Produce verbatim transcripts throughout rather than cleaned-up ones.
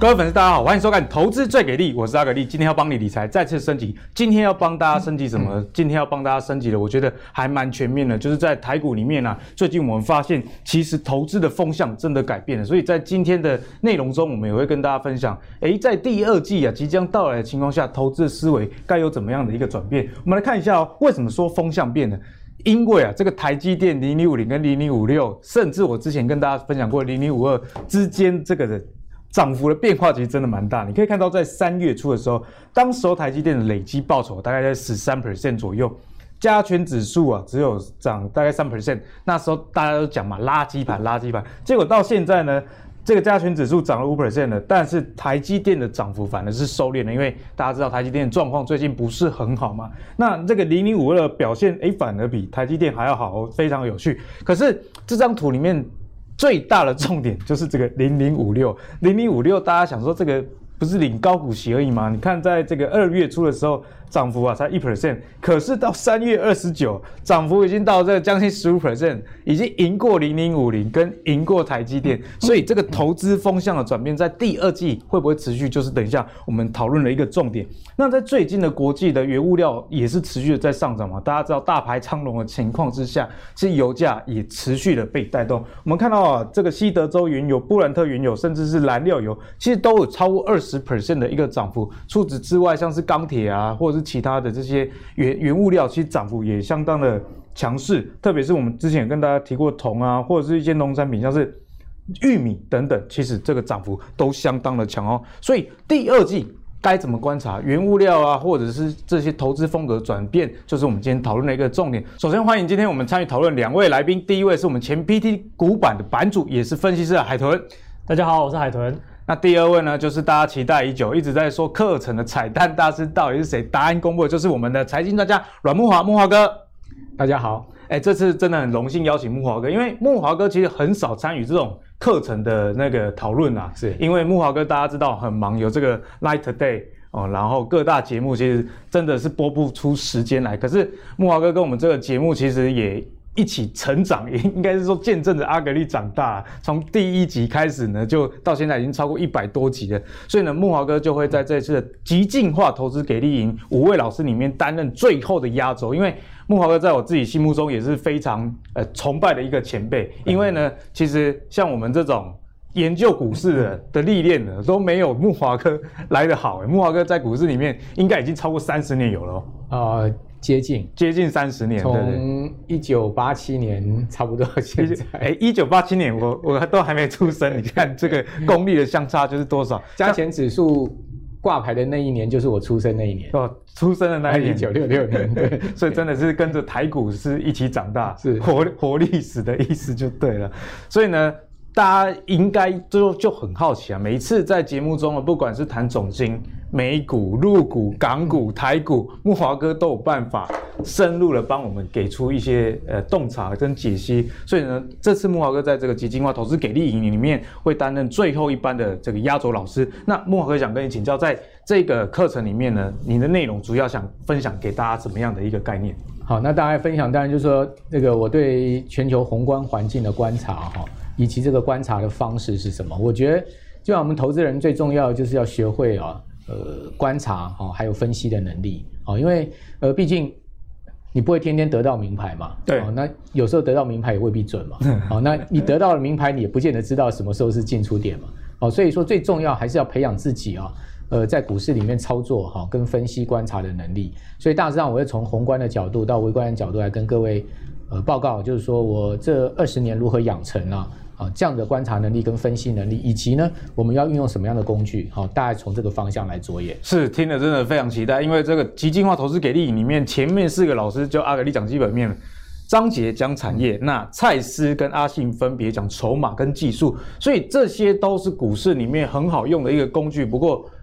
各位粉丝，大家好，欢迎收看《投资最给力》，我是阿格力。今天要帮你理财再次升级。今天要帮大家升级什么？今天要帮大家升级的，我觉得还蛮全面的。就是在台股里面啊，最近我们发现，其实投资的风向真的改变了。所以在今天的内容中，我们也会跟大家分享，诶，在第二季啊即将到来的情况下，投资的思维该有怎么样的一个转变？我们来看一下哦，为什么说风向变了？因为啊，这个台积电零零五零跟零零五六，甚至我之前跟大家分享过零零五二之间这个的涨幅的变化其实真的蛮大，你可以看到在三月初的时候，当时候台积电的累积报酬大概在 百分之十三 左右，加权指数啊只有涨大概 百分之三， 那时候大家都讲嘛，垃圾盘垃圾盘，结果到现在呢，这个加权指数涨了 百分之五 了，但是台积电的涨幅反而是收敛了，因为大家知道台积电的状况最近不是很好嘛，那这个零零五二的表现诶反而比台积电还要好，非常有趣。可是这张图里面最大的重点就是这个零零五六，零零五六，大家想说这个不是领高股息而已吗？你看在这个二月初的时候，涨幅啊才 百分之一， 可是到三月二十九，涨幅已经到这个将近 百分之十五， 已经赢过零零五零跟赢过台积电，所以这个投资风向的转变在第二季会不会持续，就是等一下我们讨论的一个重点。那在最近的国际的原物料也是持续的在上涨嘛，大家知道大排长龙的情况之下，其实油价也持续的被带动。我们看到啊，这个西德州原油、布兰特原油，甚至是燃料油，其实都有超过 百分之二十 的一个涨幅。除此之外，像是钢铁啊，或者是其他的这些原原物料，其实涨幅也相当的强势。特别是我们之前也跟大家提过铜啊，或者是一些农产品，像是玉米等等，其实这个涨幅都相当的强哦。所以第二季该怎么观察原物料啊，或者是这些投资风格转变，就是我们今天讨论的一个重点。首先欢迎今天我们参与讨论两位来宾，第一位是我们前 P T 股版的版主，也是分析师的海豚。 大家好，我是海豚。 那第二位呢，就是大家期待已久，一直在说课程的彩蛋大师到底是谁？答案公布的就是我们的财经专家阮慕骅，慕骅哥。 大家好， 哎，这次真的很荣幸邀请慕骅哥，因为慕骅哥其实很少参与这种课程的那个讨论啊， 是因为慕骅哥大家知道很忙，有这个 Light Today 哦，然后各大节目其实真的是播不出时间来。可是慕骅哥跟我们这个节目其实也一起成长，也应该是说见证着阿格力长大，从第一集开始呢，就到现在已经超过一百多集了。所以呢，慕骅哥就会在这次的极进化投资给力营五位老师里面担任最后的压轴。因为慕骅哥在我自己心目中也是非常呃崇拜的一个前辈，因为呢，其实像我们这种研究股市的的历练呢，都没有慕骅哥来得好。慕骅哥在股市里面应该已经超过三十年有了哦。 呃接近接近三十年， 从一九八七年差不多现在， 哎，一九八七年我我都还没出生，你看这个功力的相差就是多少？ 加权指数挂牌的那一年就是我出生那一年哦，出生的那一年， 一九六六年，对， 所以真的是跟着台股是一起长大， 是活活历史的意思就对了。所以呢，大家应该就就很好奇啊，每一次在节目中啊，不管是谈总经、美股、陆股、港股、台股，慕骅哥都有办法深入的帮我们给出一些呃洞察跟解析。所以呢，这次慕骅哥在这个极进化投资给力营里面会担任最后一班的这个压轴老师。那慕骅哥想跟你请教，在这个课程里面呢，你的内容主要想分享给大家怎么样的一个概念？ 好，那大家分享当然就是说，这个我对全球宏观环境的观察哈，以及这个观察的方式是什么？我觉得，就像我们投资人最重要的就是要学会啊。呃，观察哈、哦，还有分析的能力啊、哦，因为呃，毕竟你不会天天得到名牌嘛， 对、 哦，那有时候得到名牌也未必准嘛，哦，那你得到了名牌，你也不见得知道什么时候是进出点嘛，哦，所以说最重要还是要培养自己啊、哦，呃，在股市里面操作哈、哦，跟分析观察的能力。所以大致上我会从宏观的角度到微观的角度来跟各位呃报告，就是说我这二十年如何养成啊。啊，这样的观察能力跟分析能力，以及呢，我们要运用什么样的工具？好，大概从这个方向来着眼。 是，听了真的非常期待，因为这个极进化投资给力里面，前面四个老师就阿格力讲基本面，张杰讲产业，那蔡司跟阿信分别讲筹码跟技术，所以这些都是股市里面很好用的一个工具。不过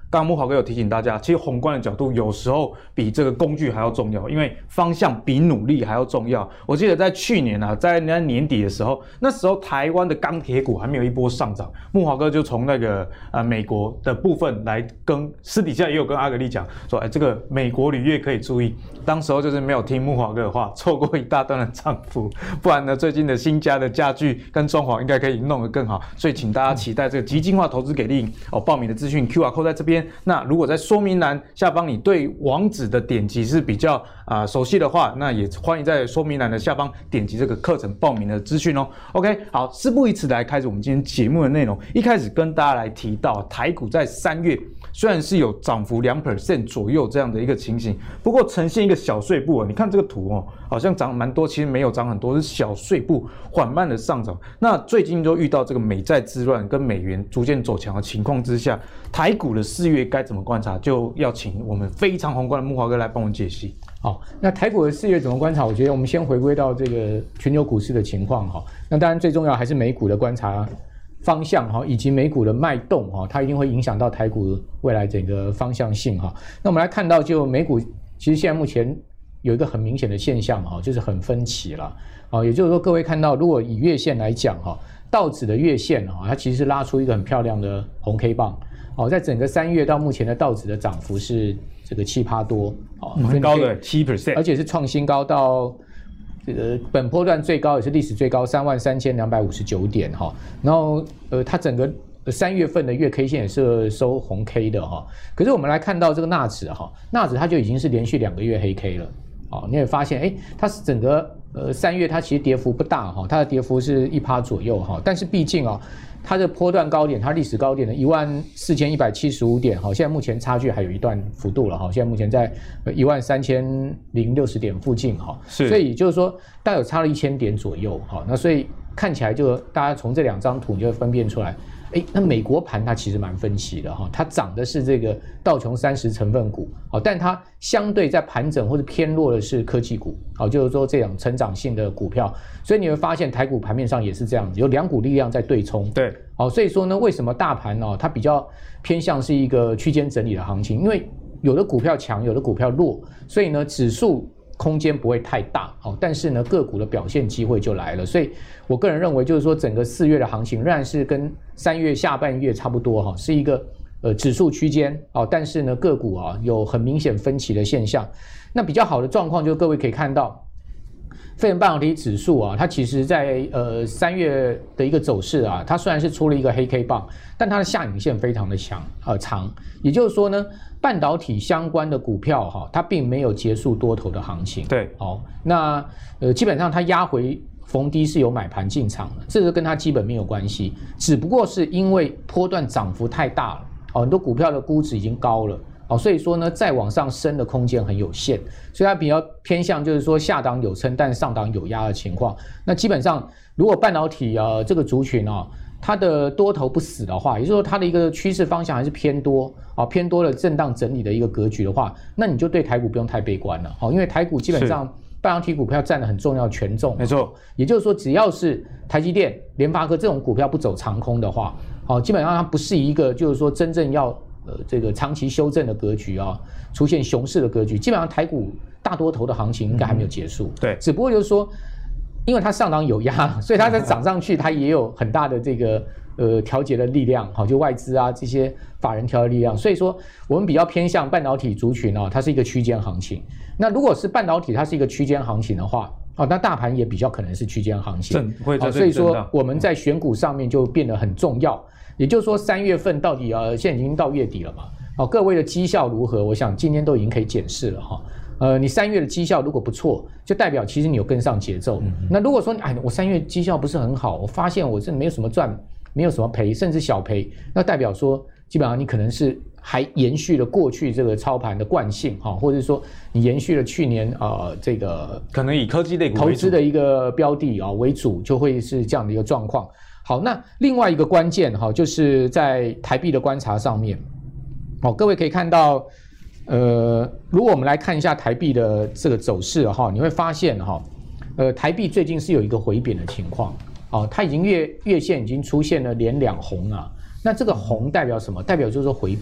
刚刚木华哥有提醒大家，其实宏观的角度有时候比这个工具还要重要，因为方向比努力还要重要。我记得在去年啊，在那年底的时候，那时候台湾的钢铁股还没有一波上涨，木华哥就从那个呃美国的部分来跟私底下也有跟阿格力讲说，哎，这个美国铝业可以注意。当时候就是没有听木华哥的话，错过一大段的涨幅。不然呢，最近的新家的家具跟装潢应该可以弄得更好。所以请大家期待这个极进化投资给力哦，报名的资讯 Q R code 在这边。那如果在说明栏下方你对网址的点击是比较啊、呃、熟悉的话，那也欢迎在说明栏的下方点击这个课程报名的资讯哦。OK， 好，事不宜迟，来开始我们今天节目的内容。一开始跟大家来提到台股在三月虽然是有涨幅 百分之二 左右这样的一个情形，不过呈现一个小碎步啊。你看这个图哦，好像涨蛮多，其实没有涨很多，是小碎步缓慢的上涨。那最近就遇到这个美债之乱跟美元逐渐走强的情况之下，台股的四月该怎么观察，就要请我们非常宏观的木华哥来帮我们解析。 好，那台股的四月怎么观察？我觉得我们先回归到这个全球股市的情况哈。那当然最重要还是美股的观察方向哈，以及美股的脉动哈，它一定会影响到台股未来整个方向性哈。那我们来看到，就美股其实现在目前有一个很明显的现象哈，就是很分歧了啊。也就是说，各位看到，如果以月线来讲哈，道指的月线哈，它其实拉出一个很漂亮的红 K 棒。哦，在整个三月到目前的道指的涨幅是这个七趴多，哦， 很高的七 percent， 而且是创新高到这个本波段最高也是历史最高三万三千两百五十九点哈。然后呃，它整个三月份的月 K 线也是收红 K 的哈。可是我们来看到这个纳指哈，纳指它就已经是连续两个月黑 K 了。哦，你也发现，哎，它是整个呃三月它其实跌幅不大哈，它的跌幅是一趴左右哈，但是毕竟啊。它的波段高点，它历史高点的一万四千一百七十五点，哈，现在目前差距还有一段幅度了，哈，现在目前在一万三千零六十点附近，哈，所以就是说大概有差了一千点左右，哈，那所以看起来就大家从这两张图你就会分辨出来，哎，那美国盘它其实蛮分歧的，哈，它涨的是这个道琼三十成分股，好，但它相对在盘整或者偏弱的是科技股，好，就是说这种成长性的股票，所以你会发现台股盘面上也是这样子，有两股力量在对冲， 对。 好，所以说呢，为什么大盘呢、哦？它比较偏向是一个区间整理的行情，因为有的股票强，有的股票弱，所以呢，指数空间不会太大，好，但是呢，个股的表现机会就来了。所以我个人认为，就是说整个四月的行情仍然是跟三月下半月差不多哈，是一个呃指数区间哦，但是呢，个股啊有很明显分歧的现象。那比较好的状况，就是各位可以看到。费城半导体指数啊，它其实在呃三月的一个走势啊，它虽然是出了一个黑 K 棒，但它的下影线非常的强呃长，也就是说呢，半导体相关的股票哈、啊，它并没有结束多头的行情。 对， 好，那呃基本上它压回逢低是有买盘进场的，这个跟它基本面有关系，只不过是因为波段涨幅太大了，哦，很多股票的估值已经高了。哦，所以说呢，再往上升的空间很有限，所以它比较偏向就是说下档有撑，但上档有压的情况。那基本上，如果半导体啊、呃、这个族群啊，它的多头不死的话，也就是说它的一个趋势方向还是偏多啊，偏多的震荡整理的一个格局的话，那你就对台股不用太悲观了。哦，因为台股基本上半导体股票占了很重要的权重， 没错。也就是说，只要是台积电、联发科这种股票不走长空的话，哦，基本上它不是一个就是说真正要。呃，这个长期修正的格局啊，出现熊市的格局，基本上台股大多头的行情应该还没有结束。 嗯、对， 只不过就是说，因为它上档有压，所以它在涨上去，它也有很大的这个呃调节的力量，好，就外资啊这些法人调的力量。所以说，我们比较偏向半导体族群啊，它是一个区间行情。那如果是半导体它是一个区间行情的话，哦，那大盘也比较可能是区间行情。 会在这里震荡。 所以说我们在选股上面就变得很重要。也就是说，三月份到底呃，现在已经到月底了嘛？好，各位的绩效如何？我想今天都已经可以检视了哈。呃，你三月的绩效如果不错，就代表其实你有跟上节奏。嗯、那如果说哎，我三月绩效不是很好，我发现我这没有什么赚，没有什么赔，甚至小赔，那代表说基本上你可能是还延续了过去这个操盘的惯性哈，或者说你延续了去年呃这个可能以科技类股投资的一个标的啊为主，就会是这样的一个状况。好，那另外一个关键哈，就是在台币的观察上面，好，各位可以看到，呃，如果我们来看一下台币的这个走势哈，你会发现哈，呃，台币最近是有一个回贬的情况，哦，它已经月月线已经出现了连两红啊，那这个红代表什么？代表就是说回贬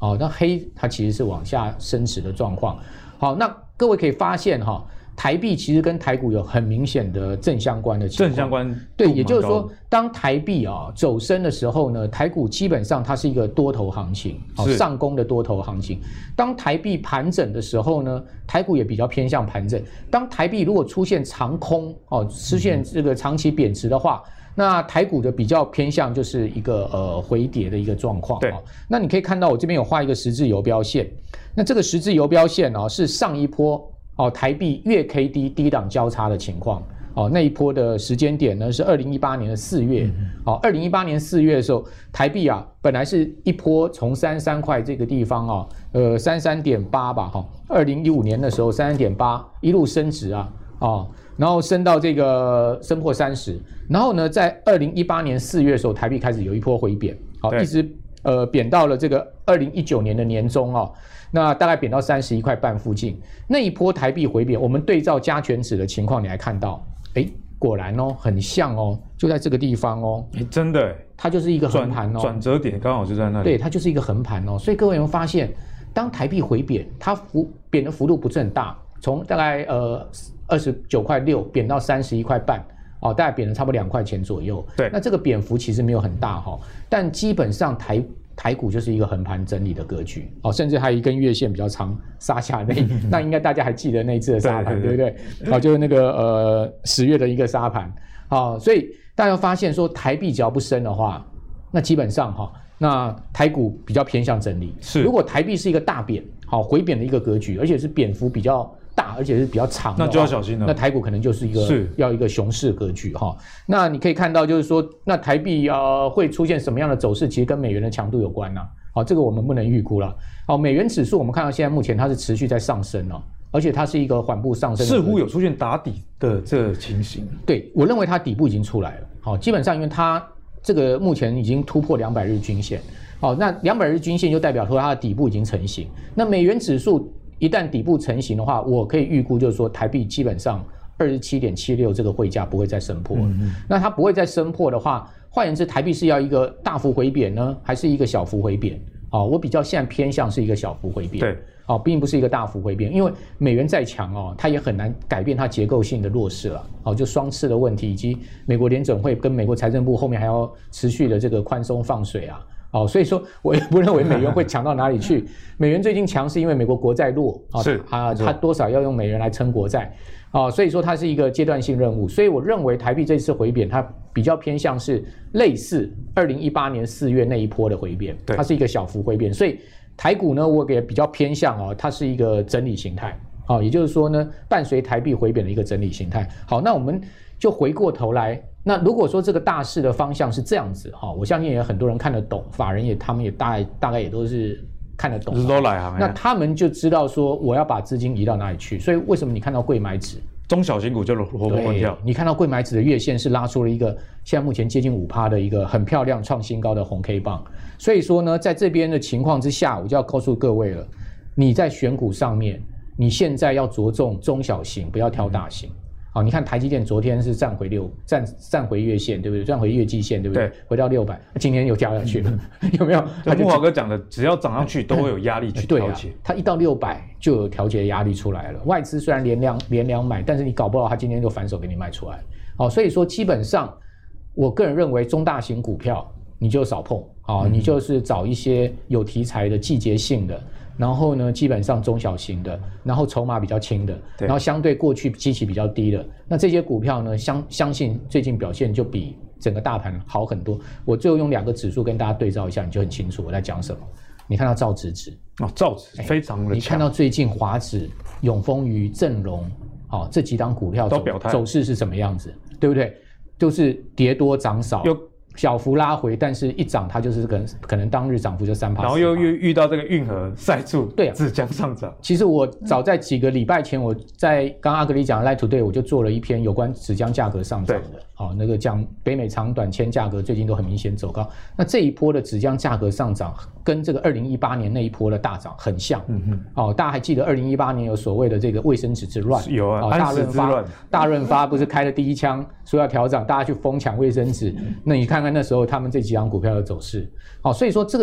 哦，那黑它其实是往下升值的状况。好，那各位可以发现哈，台币其实跟台股有很明显的正相关的情况。 正相关， 对，也就是说，当台币啊走升的时候呢，台股基本上它是一个多头行情，哦，上攻的多头行情。当台币盘整的时候呢，台股也比较偏向盘整。当台币如果出现长空哦，出现这个长期贬值的话，那台股的比较偏向就是一个呃回跌的一个状况。 对， 哦，那你可以看到我这边有画一个十字游标线，那这个十字游标线哦是上一波哦台币月 K D 低档交叉的情况。哦，那一波的时间点呢是二零一八年的四月。好，二零一八年四月的时候，台币啊本来是一波从三十三块这个地方啊，呃三十三点八吧，哈，二零一五年的时候三十三点八一路升值啊，哦，然后升到这个升破三十，然后呢，在二零一八年四月的时候，台币开始有一波回贬，好，一直呃贬到了这个二零一九年的年中哦。那大概贬到三十一块半附近，那一波台币回贬，我们对照加权指的情况，你还看到，哎，果然哦，很像哦，就在这个地方哦， 哎，真的， 它就是一个横盘哦， 转折点刚好就在那里， 对，它就是一个横盘哦，所以各位有没有发现，当台币回贬，它幅贬的幅度不是很大，从大概呃二十九块六贬到三十一块半。哦，大概贬了差不多两块钱左右。 对， 那这个贬幅其实没有很大哈，但基本上台台股就是一个横盘整理的格局。哦，甚至还有一根月线比较长杀下那，那应该大家还记得那一次的杀盘，对不对？哦，就是那个呃十月的一个杀盘。好，所以大家发现说台币只要不升的话，那基本上哈，那台股比较偏向整理。是，如果台币是一个大贬，好回贬的一个格局，而且是贬幅比较大，而且是比较长的， 那就要小心了。 那台股可能就是一个是要一个熊市格局哈。那你可以看到，就是说，那台币呃会出现什么样的走势，其实跟美元的强度有关呐、啊。好，这个我们不能预估了。好，美元指数我们看到现在目前它是持续在上升哦，而且它是一个缓步上升的， 似乎有出现打底的这个情形。 对，我认为它底部已经出来了。好，基本上因为它这个目前已经突破两百日均线。好，那两百日均线就代表说它的底部已经成型。那美元指数一旦底部成型的话，我可以预估就是说台币基本上二十七点七六这个汇价不会再升破了。嗯嗯，那它不会再升破的话，换言之，台币是要一个大幅回贬呢，还是一个小幅回贬？哦，我比较现在偏向是一个小幅回贬。对，哦，并不是一个大幅回贬，因为美元再强哦，它也很难改变它结构性的弱势了。哦，就双赤的问题，以及美国联准会跟美国财政部后面还要持续的这个宽松放水啊。哦，所以说我也不认为美元会强到哪里去。美元最近强是因为美国国债弱啊，是啊，它多少要用美元来撑国债，哦，所以说它是一个阶段性任务。所以我认为台币这次回贬，它比较偏向是类似二零一八年四月那一波的回贬，它是一个小幅回贬。所以台股呢，我也比较偏向哦，它是一个整理形态，哦，也就是说呢，伴随台币回贬的一个整理形态。好，那我们就回过头来。那如果说这个大势的方向是这样子哈，我相信也有很多人看得懂，法人也他们也大概大概也都是看得懂， 都来行。 那他们就知道说我要把资金移到哪里去。所以为什么你看到贵买指中小型股就活蹦乱跳？ 你看到贵买指的月线是拉出了一个现在目前接近 百分之五 的一个很漂亮创新高的红 K 棒。所以说呢，在这边的情况之下，我就要告诉各位了，你在选股上面，你现在要着重中小型，不要挑大型。嗯，好，你看台积电昨天是站回六站站回月线，对不对？站回月季线，对不对？对，回到六百，今天又掉下去了，嗯、有没有？ 就木华哥讲的，只要涨上去，都会有压力去调节。 啊、它一到六百就有调节压力出来了。外资虽然连量连量买，但是你搞不好它今天就反手给你卖出来。好，所以说基本上，我个人认为中大型股票你就少碰啊，嗯、你就是找一些有题材的、季节性的。然后呢，基本上中小型的，然后筹码比较轻的，然后相对过去基期比较低的，那这些股票呢，相相信最近表现就比整个大盘好很多。我最后用两个指数跟大家对照一下，你就很清楚我在讲什么。你看到造纸指哦，造纸非常的强。 你看到最近华指、永丰余、正荣，好、哦、这几档股票都表态走势是什么样子，对不对？就是跌多涨少。小幅拉回，但是一涨它就是可能可能当日涨幅就三趴， 然后又又遇到这个运河塞住， 对啊， 自将上涨。 其实我早在几个礼拜前，我在刚阿格里讲的 Light Today， 我就做了一篇有关纸浆价格上涨的，好、哦，那个讲北美长短签价格最近都很明显走高。那这一波的纸浆价格上涨，跟这个二零一八年那一波的大涨很像。嗯哼，哦，大家还记得二零一八年有所谓的这个卫生纸之乱， 有啊， 哦、大润发大润发不是开了第一枪，说要调涨，大家去疯抢卫生纸。嗯、那你看看那时候他们这几档股票的走势，好、哦，所以说这个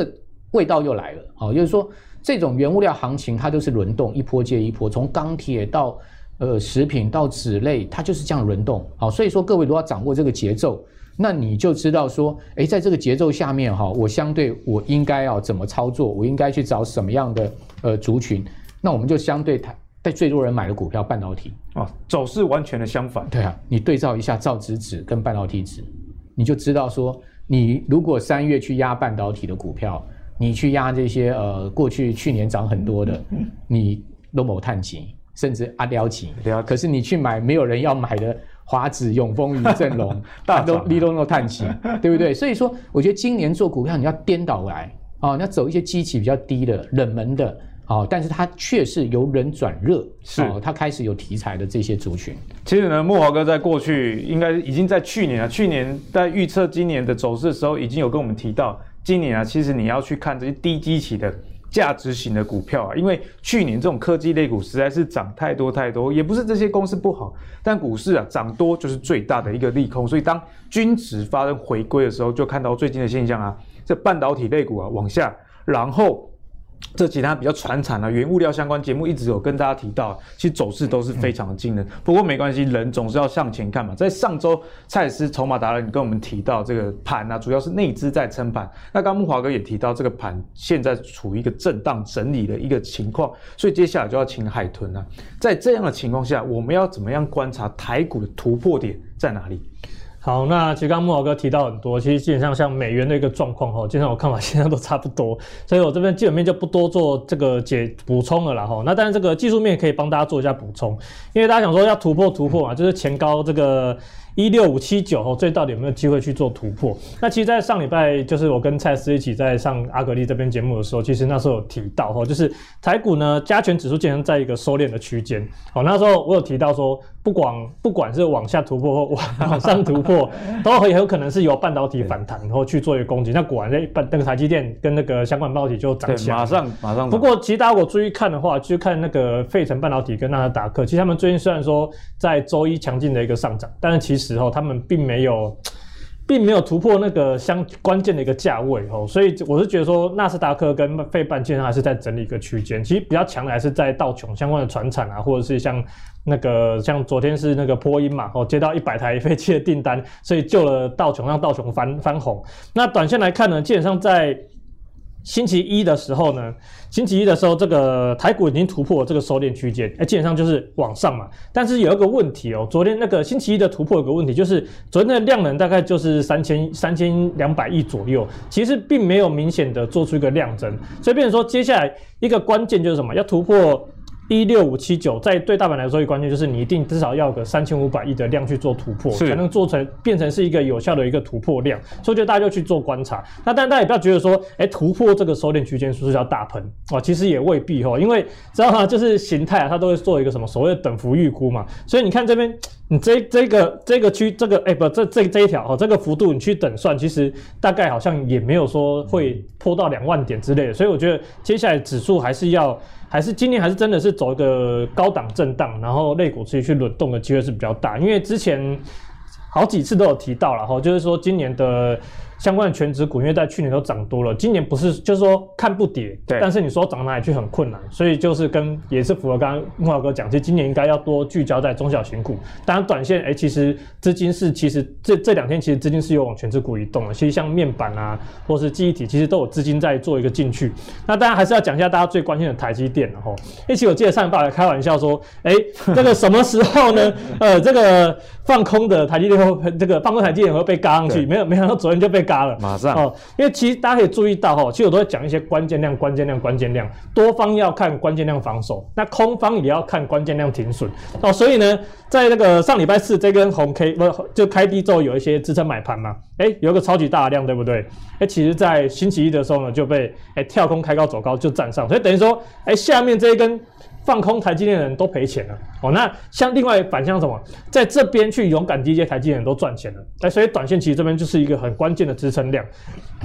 味道又来了，好，就是说这种原物料行情它都是轮动，一波接一波，从钢铁到呃食品到纸类，它就是这样轮动，好，所以说各位如果要掌握这个节奏，那你就知道说，哎，在这个节奏下面哈，我相对我应该要怎么操作，我应该去找什么样的呃族群，那我们就相对它在最多人买的股票半导体哦，走势完全的相反。 对啊，你对照一下造纸指跟半导体指，你就知道说，你如果三月去压半导体的股票，你去压这些呃过去去年涨很多的，你都某探级，甚至阿撩级，可是你去买没有人要买的华指、永丰、余正隆，大都利都诺探级，对不对？所以说，我觉得今年做股票你要颠倒来啊、哦，你要走一些基期比较低的、冷门的。哦，但是它却是由冷转热，是、哦、它开始有题材的这些族群。 其实呢，慕骅哥在过去应该已经在去年啊，去年在预测今年的走势的时候，已经有跟我们提到，今年啊，其实你要去看这些低基期的价值型的股票啊，因为去年这种科技类股实在是涨太多太多，也不是这些公司不好，但股市啊涨多就是最大的一个利空，所以当均值发生回归的时候，就看到最近的现象啊，这半导体类股啊往下，然后。这其他比较传产啊，原物料相关节目一直有跟大家提到，其实走势都是非常的惊人。不过没关系，人总是要向前看嘛。在上周，蔡司筹码达人跟我们提到这个盘啊，主要是内资在撑盘。那刚刚慕骅哥也提到，这个盘现在处于一个震荡整理的一个情况，所以接下来就要请海豚啊。在这样的情况下，我们要怎么样观察台股的突破点在哪里？ 好，那其实刚刚慕骅哥提到很多，其实基本上像美元的一个状况哈，基本上我看法现在都差不多，所以我这边基本面就不多做这个解补充了啦哈。那当然这个技术面可以帮大家做一下补充，因为大家想说要突破突破嘛，就是前高这个一六五七九哦，这到底有没有机会去做突破？那其实，在上礼拜就是我跟蔡司一起在上阿格力这边节目的时候，其实那时候有提到哈，就是台股呢加权指数竟然在一个收敛的区间。好，那时候我有提到说，不管不管是往下突破或往上突破，都很有可能是由半导体反弹，然后去做一个攻击。那果然在那个台积电跟那个相关半导体就涨起来， 马上马上。 不过其实大家如果注意看的话，就看那个费城半导体跟纳斯达克，其实他们最近虽然说在周一强劲的一个上涨，但是其实哦，他们并没有。并没有突破那个相关键的一个价位哦，所以我是觉得说纳斯达克跟费半基本上还是在整理一个区间，其实比较强的还是在道琼相关的传产啊，或者是像那个像昨天是那个波音嘛，哦接到一百台飞机的订单，所以救了道琼，让道琼翻翻红。那短线来看呢，基本上在星期一的时候呢，星期一的时候，这个台股已经突破了这个收敛区间，哎，基本上就是往上嘛。但是有一个问题哦，昨天那个星期一的突破有个问题，就是昨天的量能大概就是三千三千两百亿左右，其实并没有明显的做出一个量增，所以变成说接下来一个关键就是什么，要突破一六五七九，在对大盘来说，一个关键就是你一定至少要有个三千五百亿的量去做突破，才能做成变成是一个有效的一个突破量。所以我觉得大家就去做观察。那但大家也不要觉得说，哎、欸，突破这个收敛区间是不是要大喷哦？其实也未必哦，因为知道吗？就是形态啊，它都会做一个什么所谓的等幅预估嘛。所以你看这边，你这这个这个区这个哎、欸、不这这这一条哦，这个幅度你去等算，其实大概好像也没有说会破到两万点之类的。所以我觉得接下来指数还是要。还是今年还是真的是走一个高档震荡，然后类股持续去轮动的机会是比较大，因为之前好几次都有提到了哈，就是说今年的相关的全指股，因为在去年都涨多了，今年不是就是说看不跌，但是你说涨哪里去很困难，所以就是跟也是符合刚刚慕骅哥讲，其实今年应该要多聚焦在中小型股。当然短线哎、欸，其实资金是其实这这两天其实资金是有往全指股移动了，其实像面板啊或是记忆体，其实都有资金在做一个进去。那当然还是要讲一下大家最关心的台积电了哈。一起我记得上一拜还开玩笑说，哎、欸，这个什么时候呢？呃，这个放空的台积电会这个放空台积电会被嘎上去，没有没想到昨天就被嘎了， 马上哦，因为其实大家可以注意到哈，其实我都会讲一些关键量、关键量、关键量，多方要看关键量防守，那空方也要看关键量停损哦。所以呢，在那个上礼拜四这根红 K 不就开低之后有一些支撑买盘嘛，哎、欸，有一个超级大的量，对不对？哎、欸，其实在星期一的时候呢，就被哎、欸、跳空开高走高就站上，所以等于说哎、欸、下面这一根。放空台积电的人都赔钱了哦，那像另外反向什么，在这边去勇敢低接台积电的人都赚钱了，哎，所以短线其实这边就是一个很关键的支撑量。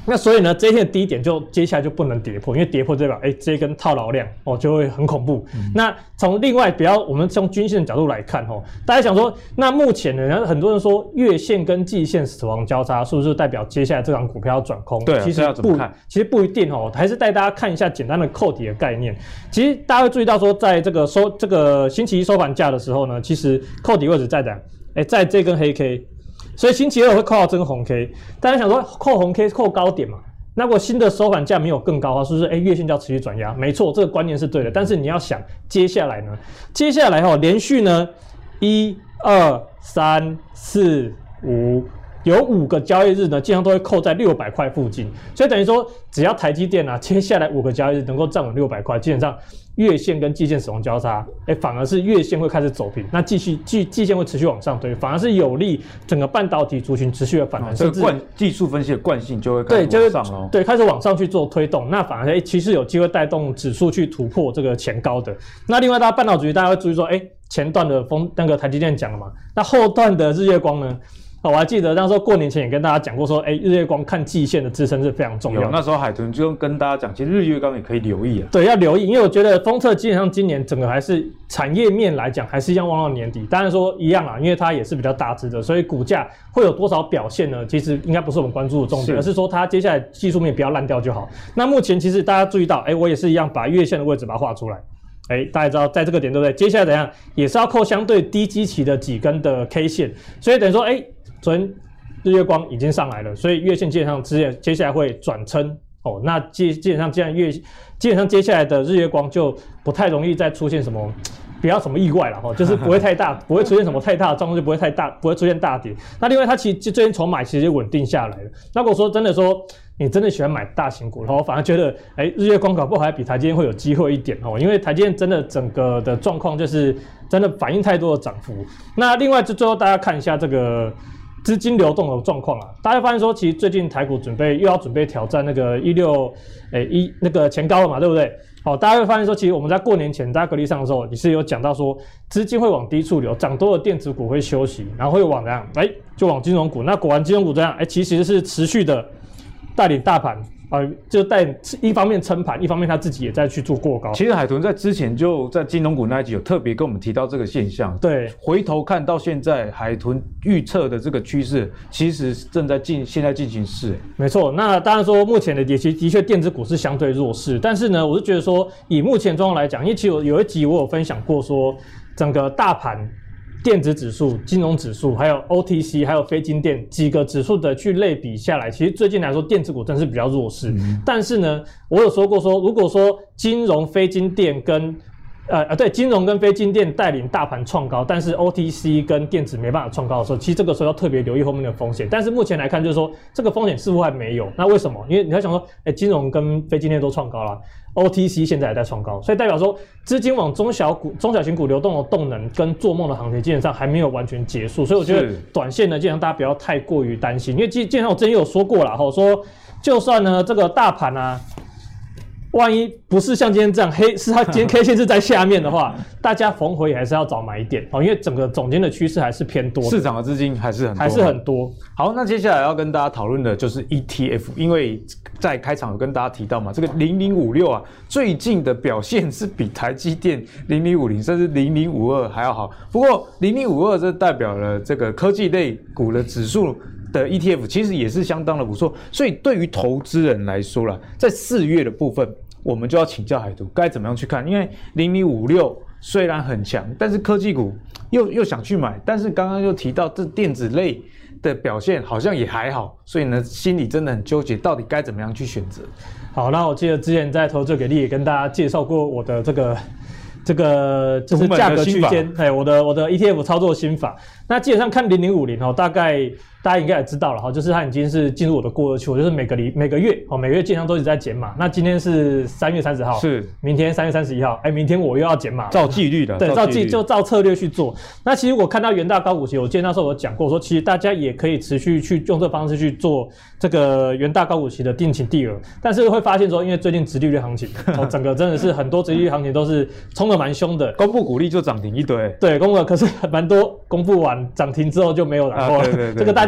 那所以呢，这一天的低点就接下来就不能跌破，因为跌破代表哎这一根套牢量哦就会很恐怖。嗯、那从另外比较我们从均线的角度来看哦，大家想说，那目前呢，很多人说月线跟季线死亡交叉，是不是代表接下来这档股票要转空？ 对、啊， 其实要怎么看？ 其实不一定哦，还是带大家看一下简单的扣底的概念。其实大家会注意到说，在这个收这个星期一收盘价的时候呢，其实扣底位置在哪？哎，在这根黑 K。所以星期二会扣到这根红 K， 大家想说扣红 K 扣高点嘛？那如果新的收盘价没有更高的话，是不是哎月线就要持续转压？没错，这个观念是对的。但是你要想接下来呢？接下来哈连续呢一二三四五有五个交易日呢，基本上都会扣在六百块附近。所以等于说，只要台积电啊接下来五个交易日能够站稳六百块，基本上月线跟季线死亡交叉，哎，反而是月线会开始走平，那继续季季线会持续往上推，反而是有利整个半导体族群持续的反弹。 这个惯技术分析的惯性就会开始往上喽， 对，开始往上去做推动，那反而哎其实有机会带动指数去突破这个前高的。那另外，大家半导体大家会注意说，哎，前段的风那个台积电讲了嘛，那后段的日月光呢？我还记得那时候过年前也跟大家讲过说，哎，日月光看季线的支撑是非常重要的。 有那时候海豚就跟大家讲，其实日月光也可以留意啊。 对，要留意，因为我觉得封测基本上今年整个还是产业面来讲，还是一样望到年底。当然说一样啦，因为它也是比较大只的，所以股价会有多少表现呢？其实应该不是我们关注的重点，而是说它接下来技术面不要烂掉就好。那目前其实大家注意到，哎，我也是一样把月线的位置把它画出来。哎，大家知道在这个点对不对？接下来怎样，也是要扣相对低基期的几根的 K 线，所以等于说，哎，昨天日月光已经上来了，所以月线基本上接接下来会转撑哦。那基基本上既然月基本上接下来的日月光就不太容易再出现什么，不要什么意外了哈，就是不会太大，不会出现什么太大的状况，就不会太大，不会出现大跌。那另外它其实最近筹码其实稳定下来了。那如果说真的说你真的喜欢买大型股，然后我反而觉得，哎，日月光搞不好还比台积电会有机会一点哦，因为台积电真的整个的状况就是真的反映太多的涨幅。那另外就最后大家看一下这个资金流动的状况啊，大家发现说，其实最近台股准备又要准备挑战那个一六，诶一那个前高了嘛，对不对？好，大家会发现说，其实我们在过年前在格力上的时候，也是有讲到说，资金会往低处流，涨多的电子股会休息，然后会往怎样？哎，就往金融股。那果然金融股这样，哎，其实是持续的带领大盘。呃，就带一方面撑盘，一方面他自己也在去做过高。 其实海豚在之前就在金融股那一集有特别跟我们提到这个现象。 对， 回头看到现在，海豚预测的这个趋势，其实正在进现在进行式。 没错，那当然说目前的也其的确电子股是相对弱势，但是呢，我是觉得说以目前状况来讲，因为其实有一集我有分享过说，整个大盘。电子指数、金融指数，还有 O T C， 还有非金电几个指数的去类比下来，其实最近来说电子股真是比较弱势。嗯、但是呢，我有说过说，如果说金融、非金电跟呃呃对金融跟非金电带领大盘创高，但是 O T C 跟电子没办法创高的时候，其实这个时候要特别留意后面的风险。但是目前来看，就是说这个风险似乎还没有。那为什么？因为你要想说，哎，金融跟非金电都创高了。O T C 现在也在创高，所以代表说资金往中小股、中小型股流动的动能跟做梦的行情基本上还没有完全结束，所以我觉得短线呢，基本上大家不要太过于担心，因为基基本上我之前有说过了哈，说就算呢这个大盘啊。万一不是像今天这样黑，是它今天 K 线是在下面的话，大家逢回还是要找买点哦，因为整个总监的趋势还是偏多的， 市场的资金还是很多， 还是很多。 好，那接下来要跟大家讨论的就是 E T F， 因为在开场有跟大家提到嘛，这个零零五六啊，最近的表现是比台积电零零五零甚至零零五二还要好。不过零零五二这代表了这个科技类股的指数。的 E T F 其实也是相当的不错，所以对于投资人来说啦，在四月的部分，我们就要请教海豚该怎么样去看，因为零零五六虽然很强，但是科技股又又想去买，但是刚刚又提到这电子类的表现好像也还好，所以呢心里真的很纠结，到底该怎么样去选择。 好，那我记得之前在投资给力也跟大家介绍过我的这个。这个就是价格区间，哎，我的我的 E T F 操作心法。那基本上看零零五零哦，大概大家应该也知道了哈，就是它已经是进入我的过热区，我就是每个礼每个月哦，每个月基本上都一直在减码。那今天是三月三十号， 是明天三月三十一号，哎，明天我又要减码， 照纪律的， 对，照纪就照策略去做。那其实我看到元大高股息，我记得那时候我讲过说，其实大家也可以持续去用这个方式去做这个元大高股息的定期定额，但是会发现说，因为最近殖利率行情，哦，整个真的是很多殖利率行情都是冲得蛮凶的， 公布股利就涨停一堆， 对，公布可是蛮多公布完涨停之后就没有然后、啊、对对对对这个大家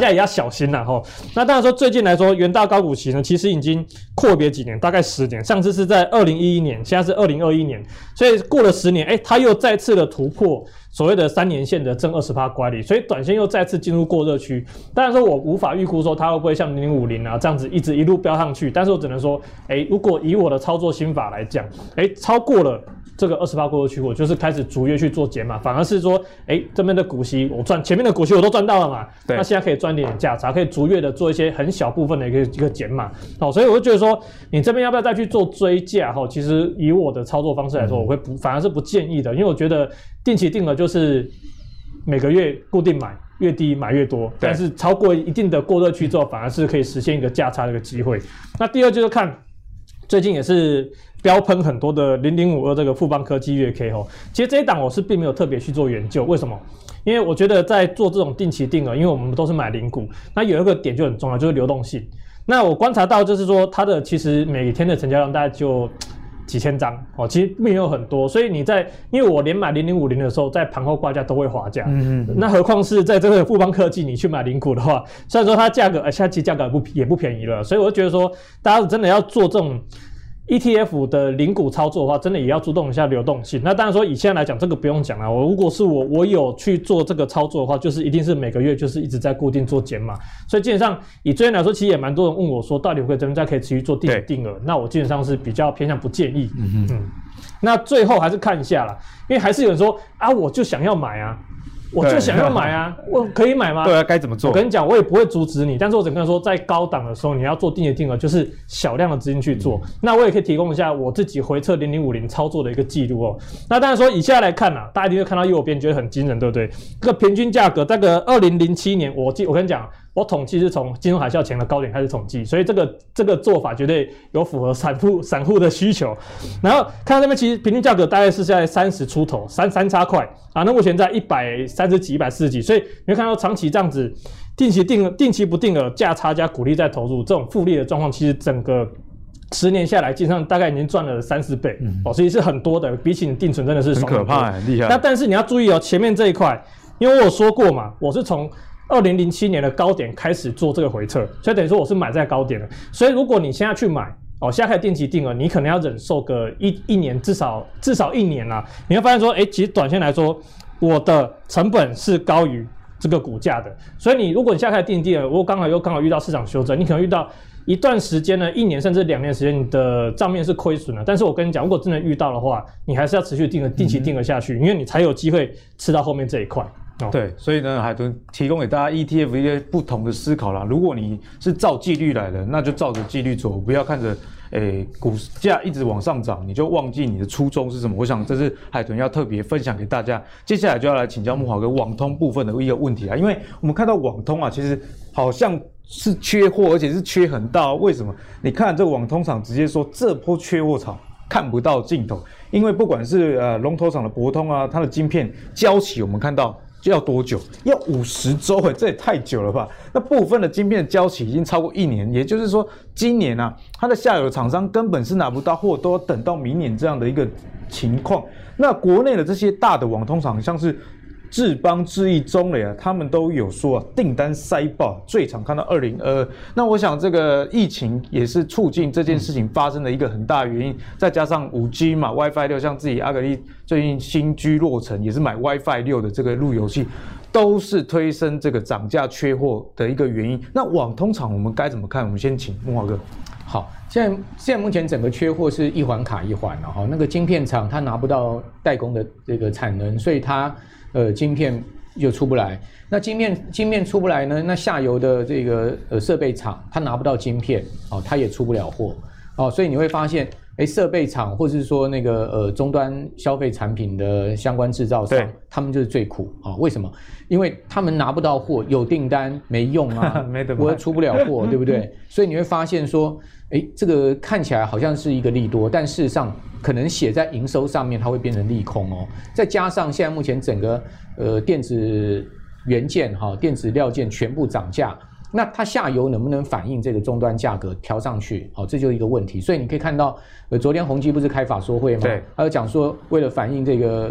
家也要小心啦哈。那当然说最近来说，元大高股息呢，其实已经阔别几年，大概十年，上次是在二零一一年，现在是二零二一年，所以过了十年，哎，它又再次的突破所谓的三年线的正 百分之二十 乖离，所以短线又再次进入过热区。当然说我无法预估说它会不会像零零五零啊这样子一直一路飙上去，但是我只能说，哎，如果以我的操作心法来讲，哎，超过了这个 百分之二十 过热区，我就是开始逐月去做减码，反而是说，哎，这边的股息我赚，前面的股息我都赚到了嘛，那现在可以赚点点价差，可以逐月的做一些很小部分的一个一个减码，好，所以我就觉得说，你这边要不要再去做追价？哈，其实以我的操作方式来说，我会不反而是不建议的，因为我觉得定期定额就是每个月固定买，越低买越多，但是超过一定的过热区之后，反而是可以实现一个价差的一个机会。那第二就是看最近也是飙喷很多的零零五二这个富邦科技月 K 哦，其实这一档我是并没有特别去做研究，为什么？因为我觉得在做这种定期定额，因为我们都是买零股，那有一个点就很重要，就是流动性。那我观察到就是说，它的其实每天的成交量大概就几千张哦，其实并没有很多，所以你在因为我连买零零五零的时候，在盘后挂价都会滑价，嗯嗯，那何况是在这个富邦科技你去买零股的话，虽然说它价格，呃，现在其实价格也不也不便宜了，所以我就觉得说，大家真的要做这种E T F 的零股操作的话，真的也要注重一下流动性。那当然说以现在来讲，这个不用讲了。我如果是我，我有去做这个操作的话，就是一定是每个月就是一直在固定做减码。所以基本上以最近来说，其实也蛮多人问我说，到底会不会这边再可以持续做定期定额？那我基本上是比较偏向不建议。嗯嗯。那最后还是看一下啦，因为还是有人说啊，我就想要买啊。我就想要买啊，我可以买吗？ 对啊，该怎么做？ 我跟你讲，我也不会阻止你，但是我只能说，在高档的时候，你要做定期定额，就是小量的资金去做。嗯、那我也可以提供一下我自己回测零零五零操作的一个记录哦。那当然说，以下来看啊，大家一定会看到右边，觉得很惊人，对不对？这个平均价格，这个二零零七年，我记，我跟你讲。我统计是从金融海啸前的高点开始统计，所以这个这个做法绝对有符合散户散户的需求。然后看到这边，其实平均价格大概是在三十出头，三三差块啊。那目前在一百三十几、一百四十几，所以你会看到长期这样子定期定额、定期不定额价差加股利再投入这种复利的状况，其实整个十年下来，基本上大概已经赚了三四倍，嗯、哦，所以是很多的，比起你定存真的是很可怕、很厉害。 那但是你要注意哦，前面这一块，因为我有说过嘛，我是从二零零七年的高点开始做这个回测，所以等于说我是买在高点的。所以如果你现在去买，哦，现在开始定期定额，你可能要忍受个一一年，至少至少一年啦。你会发现说，哎，其实短线来说，我的成本是高于这个股价的。所以你如果你现在开始定期定额，如果刚好又刚好遇到市场修正，你可能遇到一段时间呢，一年甚至两年时间，你的账面是亏损的。但是我跟你讲，如果真的遇到的话，你还是要持续定额定期定额下去，因为你才有机会吃到后面这一块。 哦、对，所以呢，海豚提供给大家 E T F 一些不同的思考啦。如果你是照纪律来的，那就照着纪律走，不要看着诶股价一直往上涨，你就忘记你的初衷是什么。我想这是海豚要特别分享给大家。接下来就要来请教慕骅哥网通部分的一个问题啊，因为我们看到网通啊，其实好像是缺货，而且是缺很大。为什么？你看这个网通厂直接说这波缺货潮看不到尽头，因为不管是呃龙头厂的博通啊，它的晶片交期我们看到。要多久？要五十周哎，这也太久了吧？那部分的晶片的交期已经超过一年，也就是说，今年啊，它的下游的厂商根本是拿不到货，都要等到明年这样的一个情况。那国内的这些大的网通厂，像是智邦、智易、中磊啊，他们都有说啊，订单塞爆，最长看到二零二二。那我想这个疫情也是促进这件事情发生的一个很大的原因，再加上 五 G 嘛 ，WiFi 六，像自己阿格力最近新居落成也是买 WiFi 六的这个路由器，都是推升这个涨价缺货的一个原因。那网通厂我们该怎么看？我们先请慕骅哥。 好，现在现在目前整个缺货是一环卡一环了哈，那个晶片厂它拿不到代工的这个产能，所以它呃晶片就出不来。那晶片晶片出不来呢，那下游的这个呃设备厂它拿不到晶片，哦，它也出不了货，哦，所以你会发现，哎，设备厂或是说那个呃终端消费产品的相关制造商，他们就是最苦啊、哦。为什么？因为他们拿不到货，有订单没用啊，没得我出不了货，对不对？所以你会发现说，哎，这个看起来好像是一个利多，但事实上可能写在营收上面，它会变成利空哦。再加上现在目前整个呃电子元件哈、哦、电子料件全部涨价。那它下游能不能反映这个终端价格调上去？好、哦，这就是一个问题。所以你可以看到，呃，昨天宏基不是开法说会吗？对，还有讲说，为了反映这个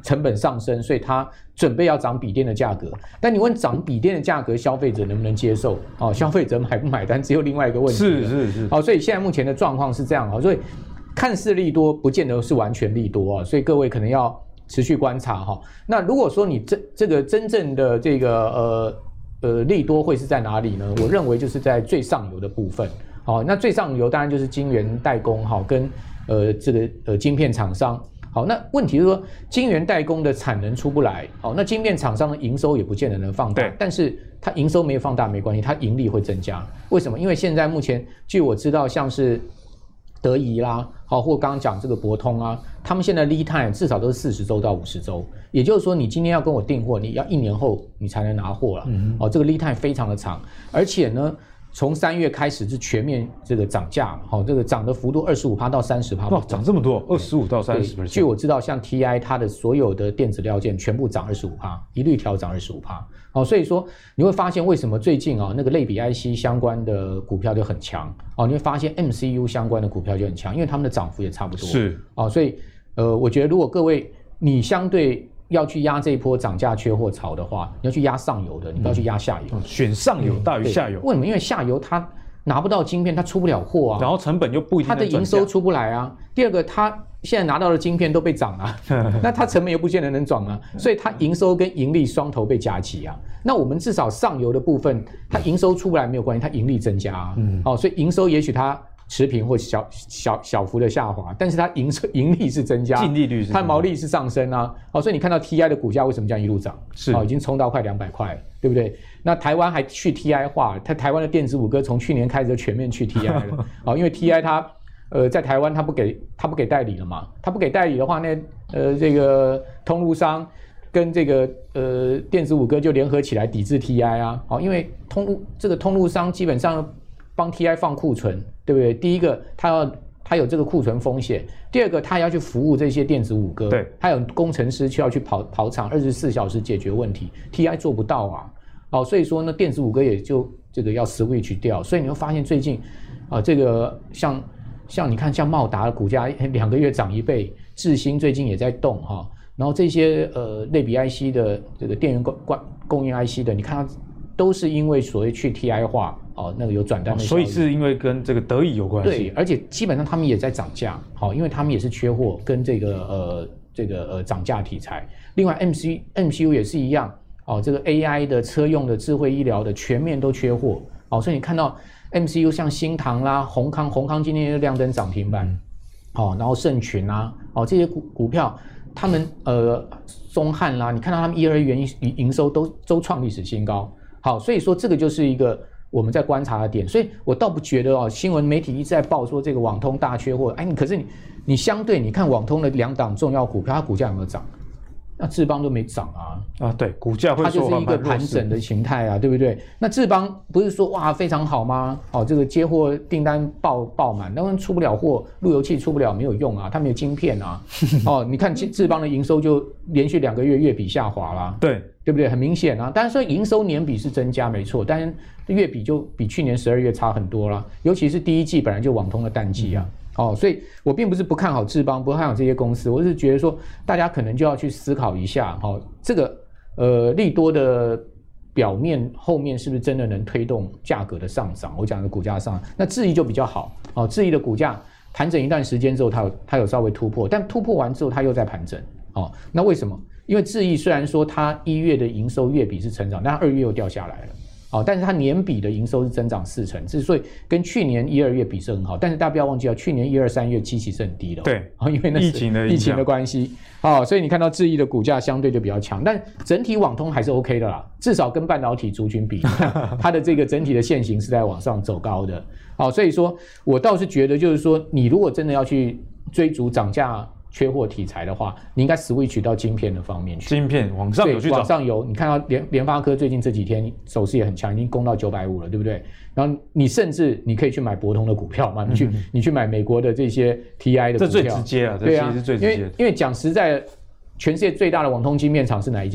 成本上升，所以它准备要涨笔电的价格。但你问涨笔电的价格，消费者能不能接受？哦，消费者买不买单，只有另外一个问题。 是是是。 好、哦，所以现在目前的状况是这样啊、哦，所以看似利多，不见得是完全利多啊、哦，所以各位可能要持续观察哈、哦。那如果说你这这个真正的这个呃呃利多会是在哪里呢？我认为就是在最上游的部分。好、哦，那最上游当然就是晶圆代工哈、哦，跟呃这个呃晶片厂商。好，那问题是说晶圆代工的产能出不来，好，那晶片厂商的营收也不见得能放大，但是它营收没有放大没关系，它盈利会增加。为什么？因为现在目前据我知道，像是德仪啦，好，或刚刚讲这个博通啊，他们现在 lead time 至少都是四十周到五十周，也就是说，你今天要跟我订货，你要一年后你才能拿货了，嗯、哦，这个 lead time 非常的长，而且呢。从三月开始是全面这个涨价，好，这个涨的幅度二十五趴到三十趴， 哇，涨这么多，二十五到三十%。 据我知道，像 T I 它的所有的电子料件全部涨二十五趴，一律调涨二十五趴。好，所以说你会发现为什么最近啊那个类比 I C 相关的股票就很强，哦，你会发现 M C U 相关的股票就很强，因为他们的涨幅也差不多。 是， 哦，所以呃，我觉得如果各位你相对。要去压这一波涨价缺货潮的话，你要去压上游的，你不要去压下游。 嗯、选上游大于下游、 嗯，为什么？因为下游它拿不到晶片，它出不了货啊， 然后成本又不一定， 它的营收出不来啊。第二个，它现在拿到的晶片都被涨啊，那它成本又不见得能涨啊，所以它营收跟盈利双头被夹击啊。那我们至少上游的部分，它营收出不来没有关系，它盈利增加啊。嗯，哦，所以营收也许它。持平或小小小幅的下滑，但是它盈盈利是增加， 净利率是它毛利是上升啊，哦，所以你看到 T I 的股价为什么这样一路涨？ 是哦，已经冲到快两百块，对不对？那台湾还去 T I 化，它台湾的电子五哥从去年开始就全面去 T I 了，哦，因为 T I 它呃在台湾它不给它不给代理了嘛，它不给代理的话，那呃这个通路商跟这个呃电子五哥就联合起来抵制 T I 啊，好、哦，因为通路这个通路商基本上。帮 T I 放库存，对不对？第一个，他要他有这个库存风险；第二个，他要去服务这些电子五哥， 对， 他有工程师需要去跑跑场，二十四小时解决问题 ，T I 做不到啊。哦，所以说呢，电子五哥也就这个要 switch 掉。所以你会发现最近啊、呃，这个像像你看，像茂达的股价两个月涨一倍，智新最近也在动哈、哦。然后这些呃类比 I C 的这个电源供供应 I C 的，你看它都是因为所谓去 T I 化。哦，那个有转单的、哦， 所以是因为跟这个德仪有关系。 对，而且基本上他们也在涨价，好、哦，因为他们也是缺货，跟这个呃这个呃涨价题材。另外 M C M C U 也是一样，哦，这个 A I 的车用的智慧医疗的全面都缺货，哦，所以你看到 M C U 像新唐啦、宏康，宏康今天又亮灯涨停板，哦，然后盛群啊，哦这些股股票，他们呃中汉啦，你看到他们一二元营营收都都创历史新高，好，所以说这个就是一个。我们在观察的点，所以我倒不觉得哦，新闻媒体一直在报说这个网通大缺货，哎，可是你你相对你看网通的两档重要股票，它股价有没有涨？那智邦都没涨啊， 啊，对，股价会它就是一个盘整的形态啊，对不对？那智邦不是说哇非常好吗？哦，这个接货订单爆爆满，但是出不了货，路由器出不了没有用啊，它没有晶片啊，哦，你看智邦的营收就连续两个月月比下滑啦， 对。 对不对？很明显啊，当然说营收年比是增加没错，但是月比就比去年十二月差很多啦，尤其是第一季本来就网通的淡季啊，嗯、哦，所以我并不是不看好智邦，不看好这些公司，我是觉得说大家可能就要去思考一下，哈、哦，这个呃利多的表面后面是不是真的能推动价格的上涨？我讲的股价上涨，那智易就比较好，哦，智易的股价盘整一段时间之后，它有它有稍微突破，但突破完之后它又在盘整，哦，那为什么？因为智易虽然说它一月的营收月比是成长，但它二月又掉下来了，哦，但是它年比的营收是增长四成，之所以跟去年一二月比是很好，但是大家不要忘记了，去年一二三月基期是很低的、哦， 对， 哦，因为那是疫情的疫情的关系，哦，所以你看到智易的股价相对就比较强，但整体网通还是 OK 的啦，至少跟半导体族群比，它的这个整体的线型是在往上走高的，好、哦，所以说我倒是觉得就是说，你如果真的要去追逐涨价。缺货题材的话，你应该 switch 到晶片的方面去。 晶片往上游去找， 往上游，你看到联联发科最近这几天走势也很强，已经攻到九百五了，对不对？然后你甚至你可以去买博通的股票嘛，你去、嗯、你去买美国的这些 T I 的股票， 这最直接啊，这其实是最直接的。 因为因为讲实在，全世界最大的网通晶片厂是哪一家？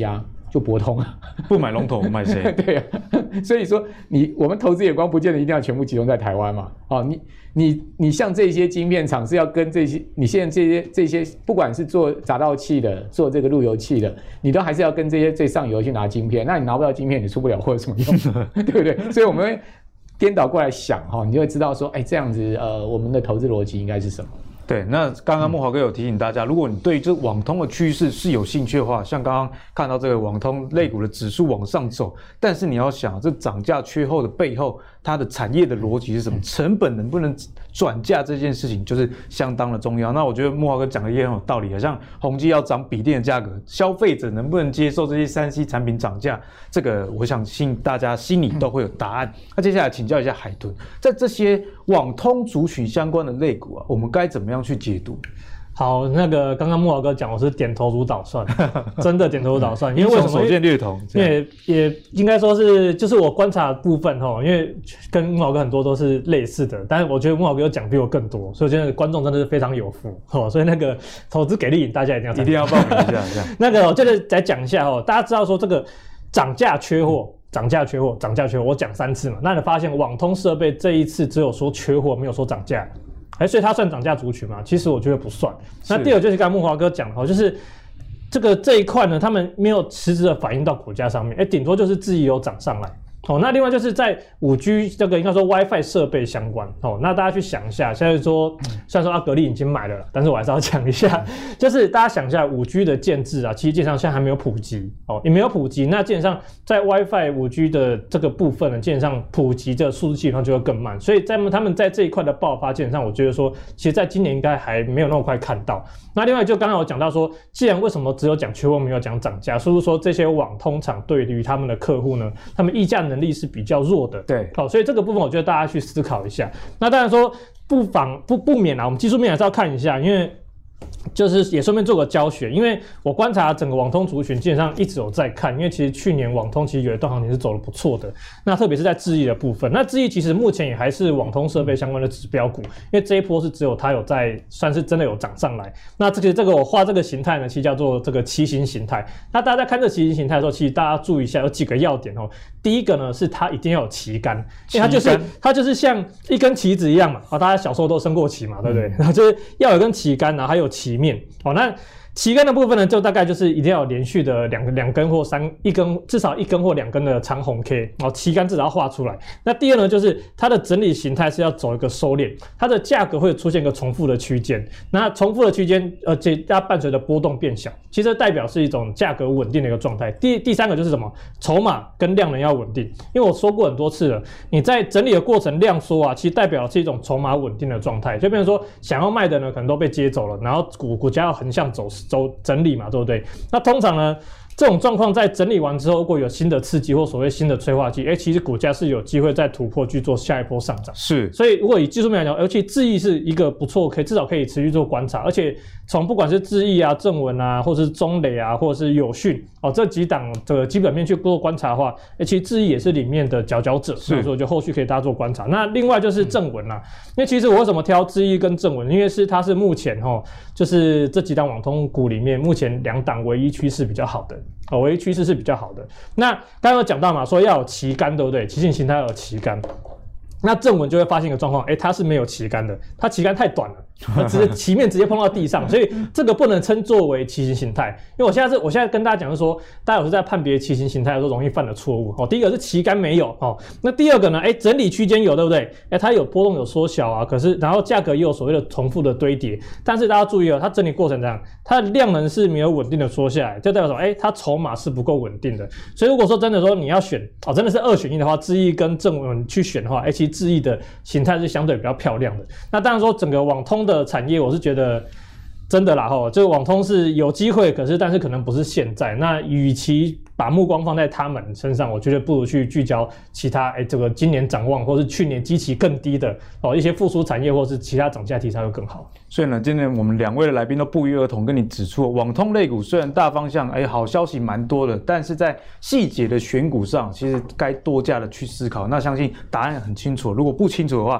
就博通啊， 不买龙头买谁？ 对啊，所以说你我们投资眼光不见得一定要全部集中在台湾嘛。哦，你你你像这些晶片厂是要跟这些，你现在这些这些不管是做闸道器的，做这个路由器的，你都还是要跟这些最上游去拿晶片。那你拿不到晶片，你出不了货有什么用？对不对？所以我们会颠倒过来想哈，你就会知道说，哎，这样子呃，我们的投资逻辑应该是什么？ 对，那刚刚慕骅哥有提醒大家，如果你对这网通的趋势是有兴趣的话，像刚刚看到这个网通类股的指数往上走，但是你要想，这涨价缺后的背后，它的产业的逻辑是什么？成本能不能转嫁这件事情，就是相当的重要。那我觉得慕骅哥讲的也很有道理啊，像宏基要涨笔电的价格，消费者能不能接受这些三 C 产品涨价？这个我相信大家心里都会有答案。那接下来请教一下海豚，在这些网通族群相关的类股啊，我们该怎么样去解读？ 好，那个刚刚慕骅哥讲，我是点头如捣蒜，真的点头如捣蒜。因为为什么？ 手见略同， 因为也应该说是，就是我观察的部分哈，因为跟慕骅哥很多都是类似的，但是我觉得慕骅哥有讲比我更多，所以我觉得观众真的是非常有福哦。所以那个投资给力，大家一定要一定要报名一下。 那个我就是再讲一下哦，大家知道说这个涨价缺货。涨价缺货，涨价缺货，我讲三次嘛。那你发现网通设备这一次只有说缺货，没有说涨价，哎，所以它算涨价族群吗？其实我觉得不算。那第二就是刚才慕骅哥讲的，就是这个这一块呢，他们没有实质的反映到股价上面，哎，顶多就是自己有涨上来。哦，那另外就是在 五 G 这个应该说 WiFi 设备相关哦，那大家去想一下，现在说虽然说阿格力已经买了，但是我还是要讲一下，就是大家想一下 五 G 的建制啊，其实基本上现在还没有普及哦，也没有普及，那基本上在 WiFi 五 G 的这个部分呢，基本上普及的速度基本上就会更慢，所以在他们在这一块的爆发，基本上我觉得说，其实在今年应该还没有那么快看到。那另外就刚刚我讲到说，既然为什么只有讲缺货没有讲涨价，是不是说这些网通厂对于他们的客户呢，他们议价能力是比较弱的？ 对， 好，所以这个部分我觉得大家去思考一下。那当然说不妨不不免啊，我们技术面还是要看一下，因为就是也顺便做个教学，因为我观察整个网通族群基本上一直有在看，因为其实去年网通其实有一段行情是走得不错的，那特别是在智易的部分，那智易其实目前也还是网通设备相关的指标股，因为这一波是只有它有在算是真的有涨上来。那这个这个我画这个形态呢，其实叫做这个旗形形态。那大家在看这旗形形态的时候，其实大家注意一下有几个要点哦。第一个呢是它一定要有旗杆，因为它就是它就是像一根旗子一样嘛，啊，大家小时候都升过旗嘛，对不对？然后就是要有一根旗杆，然后还有旗面，好，那旗杆的部分呢，就大概就是一定要有连续的两两根或三一根，至少一根或两根的长红 K， 然后旗杆至少要画出来。那第二呢，就是它的整理形态是要走一个收敛，它的价格会出现一个重复的区间。那重复的区间，而且它伴随着波动变小，其实代表是一种价格稳定的一个状态。第第三个就是什么？筹码跟量能要稳定。因为我说过很多次了，你在整理的过程量缩啊，其实代表是一种筹码稳定的状态。就变成说，想要卖的呢，可能都被接走了，然后股股价要横向走。走整理嘛，对不对？那通常呢，这种状况在整理完之后，如果有新的刺激或所谓新的催化剂，哎，其实股价是有机会再突破去做下一波上涨。 是， 所以如果以技术面来讲，而且智易是一个不错，可以至少可以持续做观察，而且从不管是智易啊、正文啊，或是中磊啊，或者是友讯哦这几档的基本面去做观察的话，哎，其实智易也是里面的佼佼者，所以说就后续可以大家做观察。那另外就是正文啊，因为其实我为什么挑智易跟正文，因为是它是目前哈、哦，就是这几档网通股里面目前两档唯一趋势比较好的。哦，唯一趋势是比较好的。那刚刚有讲到嘛，说要有旗杆，对不对？旗形形态要有旗杆。那正文就会发现一个状况，哎，它是没有旗杆的，它旗杆太短了，直接旗面直接碰到地上，所以这个不能称作为旗形形态。因为我现在是，我现在跟大家讲是说，大家有时在判别旗形形态的时候容易犯的错误。哦，第一个是旗杆没有，哦，那第二个呢，哎，整理区间有，对不对？哎，它有波动有缩小啊，可是然后价格也有所谓的重复的堆叠，但是大家注意了，它整理过程这样，它的量能是没有稳定的缩下来，就代表说，哎，它筹码是不够稳定的。所以如果说真的说你要选，哦，真的是二选一的话，智易跟正文去选的话，哎，其实智易的形态是相对比较漂亮的。那当然说整个网通的产业，我是觉得真的啦齁，这个网通是有机会，可是但是可能不是现在。那与其把目光放在他们身上，我觉得不如去聚焦其他，哎，这个今年展望或是去年基期更低的哦一些复苏产业，或是其他涨价题材会更好。 所以呢，今天我们两位的来宾都不约而同跟你指出，网通类股虽然大方向哎好消息蛮多的，但是在细节的选股上，其实该多加的去思考。那相信答案很清楚，如果不清楚的话，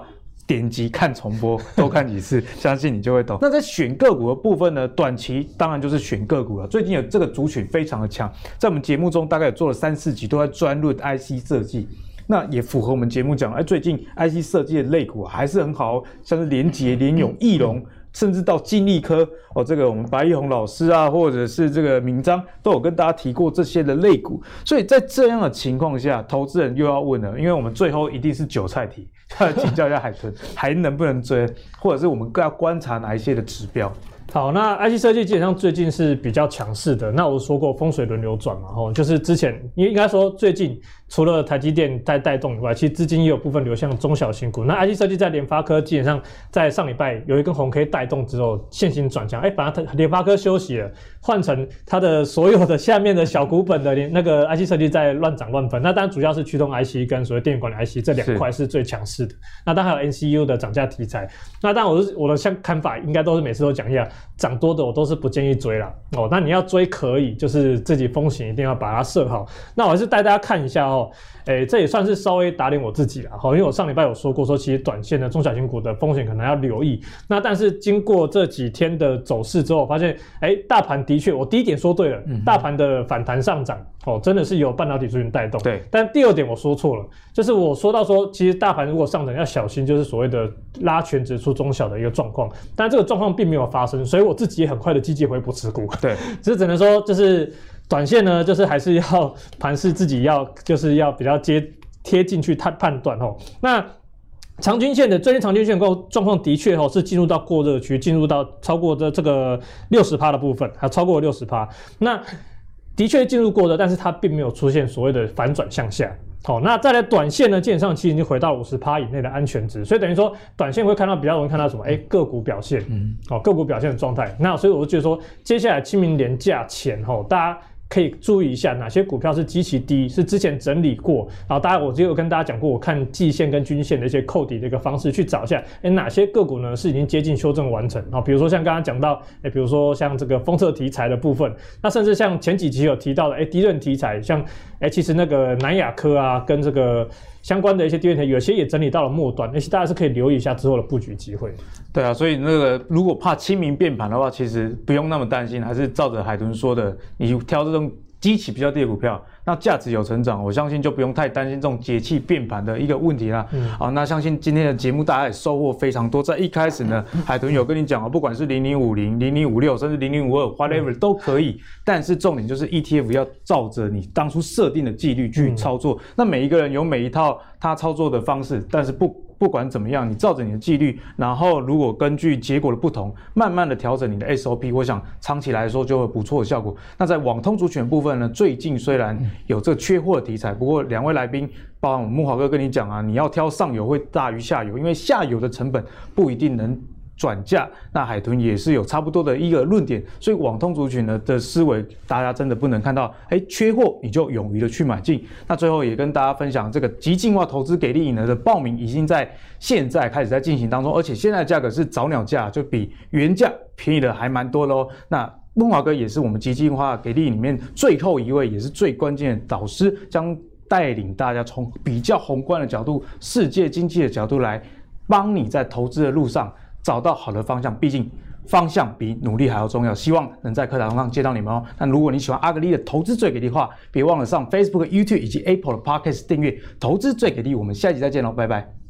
点击看重播，多看几次，相信你就会懂。那在选个股的部分呢，短期当然就是选个股了。最近有这个族群非常的强，在我们节目中大概有做了三四集，都在专论 I C 设计。那也符合我们节目讲，哎，最近 I C 设计的类股还是很好，像是联捷、联咏、翼龙，甚至到金利科哦，这个我们白毅宏老师啊，或者是这个闵章都有跟大家提过这些的类股。所以在这样的情况下，投资人又要问了，因为我们最后一定是韭菜题，要请教一下海豚，还能不能追，或者是我们要观察哪一些的指标？ 好，那 I C 设计基本上最近是比较强势的。那我说过风水轮流转嘛，吼，就是之前应该说最近除了台积电在带动以外，其实资金也有部分流向中小型股。那 I C 设计在联发科基本上在上礼拜有一根红 K 带动之后，现行转强，哎，把它联发科休息了，换成它的所有的下面的小股本的那个 I C 设计在乱涨乱喷。那当然主要是驱动 I C 跟所谓电源管理 I C 这两块是最强势的。那当然还有 N C U 的涨价题材。那当然我是我的像看法应该都是每次都讲一下。涨多的我都是不建议追啦哦，那你要追可以，就是自己风险一定要把它设好。那我还是带大家看一下哦，诶，这也算是稍微打脸我自己啦，因为我上礼拜有说过说，其实短线的中小型股的风险可能要留意。那但是经过这几天的走势之后，我发现，诶，大盘的确，我第一点说对了，嗯、大盘的反弹上涨哦，真的是由半导体族群带动。 对， 但第二点我说错了，就是我说到说，其实大盘如果上涨要小心，就是所谓的拉全指出中小的一个状况，但这个状况并没有发生，所以我自己也很快的积极回补持股。 对， 只是只能说就是。短线呢，就是还是要盘势自己要，就是要比较接贴进去判判断哦。那长均线的最近长均线的状况的确哦是进入到过热区，进入到超过的这个 百分之六十 的部分，还超过 百分之六十。那的确进入过热，但是它并没有出现所谓的反转向下。好，那再来短线呢，基本上其实已经回到 百分之五十 以内的安全值，所以等于说短线会看到比较容易看到什么？哎，个股表现，嗯，哦，个股表现的状态。那所以我就觉得说，接下来清明连假前吼，大家。可以注意一下哪些股票是基期低，是之前整理过，然后大家我只有跟大家讲过，我看季线跟均线的一些扣底的一个方式去找一下，哎，哪些个股呢是已经接近修正完成啊？比如说像刚刚讲到，哎，比如说像这个封测题材的部分，那甚至像前几集有提到的，哎，低润题材，像哎，其实那个南亚科啊，跟这个相关的一些低润题材，有些也整理到了末端，那些大家是可以留意一下之后的布局机会。 对啊，所以那个如果怕清明变盘的话，其实不用那么担心，还是照着海豚说的，你挑这种基期比较低的股票，那价值有成长，我相信就不用太担心这种节气变盘的一个问题啦。嗯，好，那相信今天的节目大家也收获非常多。在一开始呢，海豚有跟你讲啊，不管是零零五零、零零五六，甚至零零五二 ，whatever 都可以。但是重点就是 E T F 要照着你当初设定的纪律去操作。嗯、那每一个人有每一套他操作的方式，但是不。不管怎么样，你照着你的纪律，然后如果根据结果的不同，慢慢的调整你的 S O P， 我想长期来说就会有不错的效果。那在网通族群部分呢，最近虽然有这个缺货的题材，不过两位来宾，包含我们木华哥跟你讲啊，你要挑上游会大于下游，因为下游的成本不一定能转嫁，那海豚也是有差不多的一个论点，所以网通族群呢的思维，大家真的不能看到，哎，缺货你就勇于的去买进。那最后也跟大家分享，这个极进化投资给力银的报名已经在现在开始在进行当中，而且现在的价格是早鸟价，就比原价便宜的还蛮多喽。那梦华哥也是我们极进化给力里面最后一位，也是最关键的导师，将带领大家从比较宏观的角度、世界经济的角度来帮你在投资的路上找到好的方向，毕竟方向比努力还要重要。希望能在课堂上见到你们哦。那如果你喜欢阿格力的投资最给力的话，别忘了上 Facebook、YouTube 以及 Apple 的 Podcast 订阅投资最给力。我们下集再见喽，拜拜。